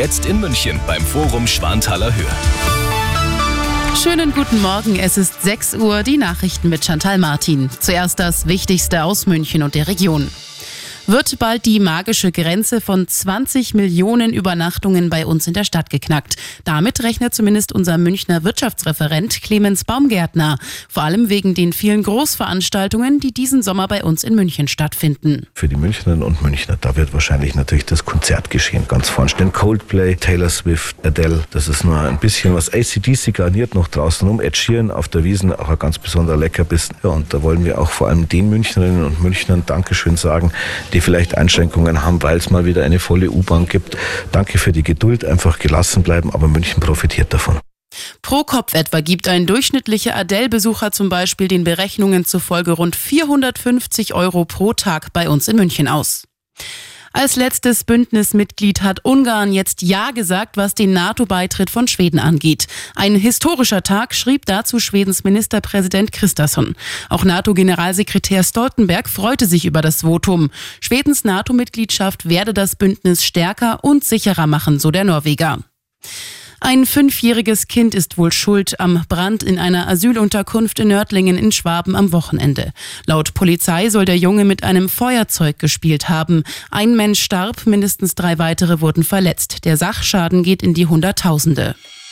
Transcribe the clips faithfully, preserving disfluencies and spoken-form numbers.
Jetzt in München beim Forum Schwanthaler Höhe. Schönen guten Morgen, es ist sechs Uhr, die Nachrichten mit Chantal Martin. Zuerst das Wichtigste aus München und der Region. Wird bald die magische Grenze von zwanzig Millionen Übernachtungen bei uns in der Stadt geknackt. Damit rechnet zumindest unser Münchner Wirtschaftsreferent Clemens Baumgärtner. Vor allem wegen den vielen Großveranstaltungen, die diesen Sommer bei uns in München stattfinden. Für die Münchnerinnen und Münchner, da wird wahrscheinlich natürlich das Konzertgeschehen ganz vorn stehen. Coldplay, Taylor Swift, Adele, das ist nur ein bisschen was. A C D C garniert noch draußen rum. Ed Sheeran auf der Wiesn, auch ein ganz besonderer Leckerbissen. Ja, und da wollen wir auch vor allem den Münchnerinnen und Münchnern Dankeschön sagen, die vielleicht Einschränkungen haben, weil es mal wieder eine volle U-Bahn gibt. Danke für die Geduld, einfach gelassen bleiben, aber München profitiert davon. Pro Kopf etwa gibt ein durchschnittlicher Adele-Besucher zum Beispiel den Berechnungen zufolge rund vierhundertfünfzig Euro pro Tag bei uns in München aus. Als letztes Bündnismitglied hat Ungarn jetzt Ja gesagt, was den NATO-Beitritt von Schweden angeht. Ein historischer Tag, schrieb dazu Schwedens Ministerpräsident Kristersson. Auch NATO-Generalsekretär Stoltenberg freute sich über das Votum. Schwedens NATO-Mitgliedschaft werde das Bündnis stärker und sicherer machen, so der Norweger. Ein fünfjähriges Kind ist wohl schuld am Brand in einer Asylunterkunft in Nördlingen in Schwaben am Wochenende. Laut Polizei soll der Junge mit einem Feuerzeug gespielt haben. Ein Mensch starb, mindestens drei weitere wurden verletzt. Der Sachschaden geht in die Hunderttausende.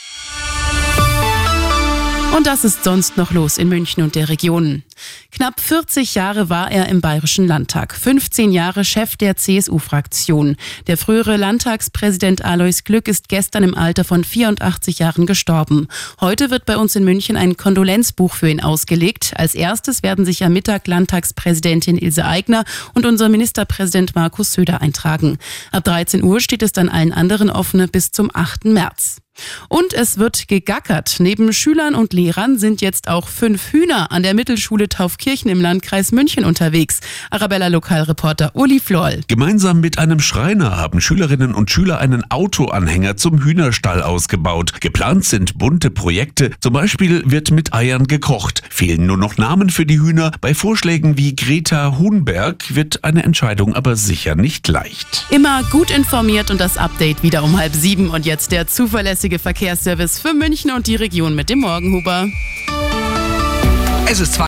Und das ist sonst noch los in München und der Region. Knapp vierzig Jahre war er im Bayerischen Landtag, fünfzehn Jahre Chef der C S U-Fraktion. Der frühere Landtagspräsident Alois Glück ist gestern im Alter von vierundachtzig Jahren gestorben. Heute wird bei uns in München ein Kondolenzbuch für ihn ausgelegt. Als erstes werden sich am Mittag Landtagspräsidentin Ilse Aigner und unser Ministerpräsident Markus Söder eintragen. Ab dreizehn Uhr steht es dann allen anderen offen bis zum achten März. Und es wird gegackert. Neben Schülern und Lehrern sind jetzt auch fünf Hühner an der Mittelschule Taufkirchen im Landkreis München unterwegs. Arabella-Lokalreporter Uli Florl. Gemeinsam mit einem Schreiner haben Schülerinnen und Schüler einen Autoanhänger zum Hühnerstall ausgebaut. Geplant sind bunte Projekte. Zum Beispiel wird mit Eiern gekocht. Fehlen nur noch Namen für die Hühner. Bei Vorschlägen wie Greta Huhnberg wird eine Entscheidung aber sicher nicht leicht. Immer gut informiert und das Update wieder um halb sieben. Und jetzt der zuverlässige Verkehrsservice für München und die Region mit dem Morgenhuber. Es ist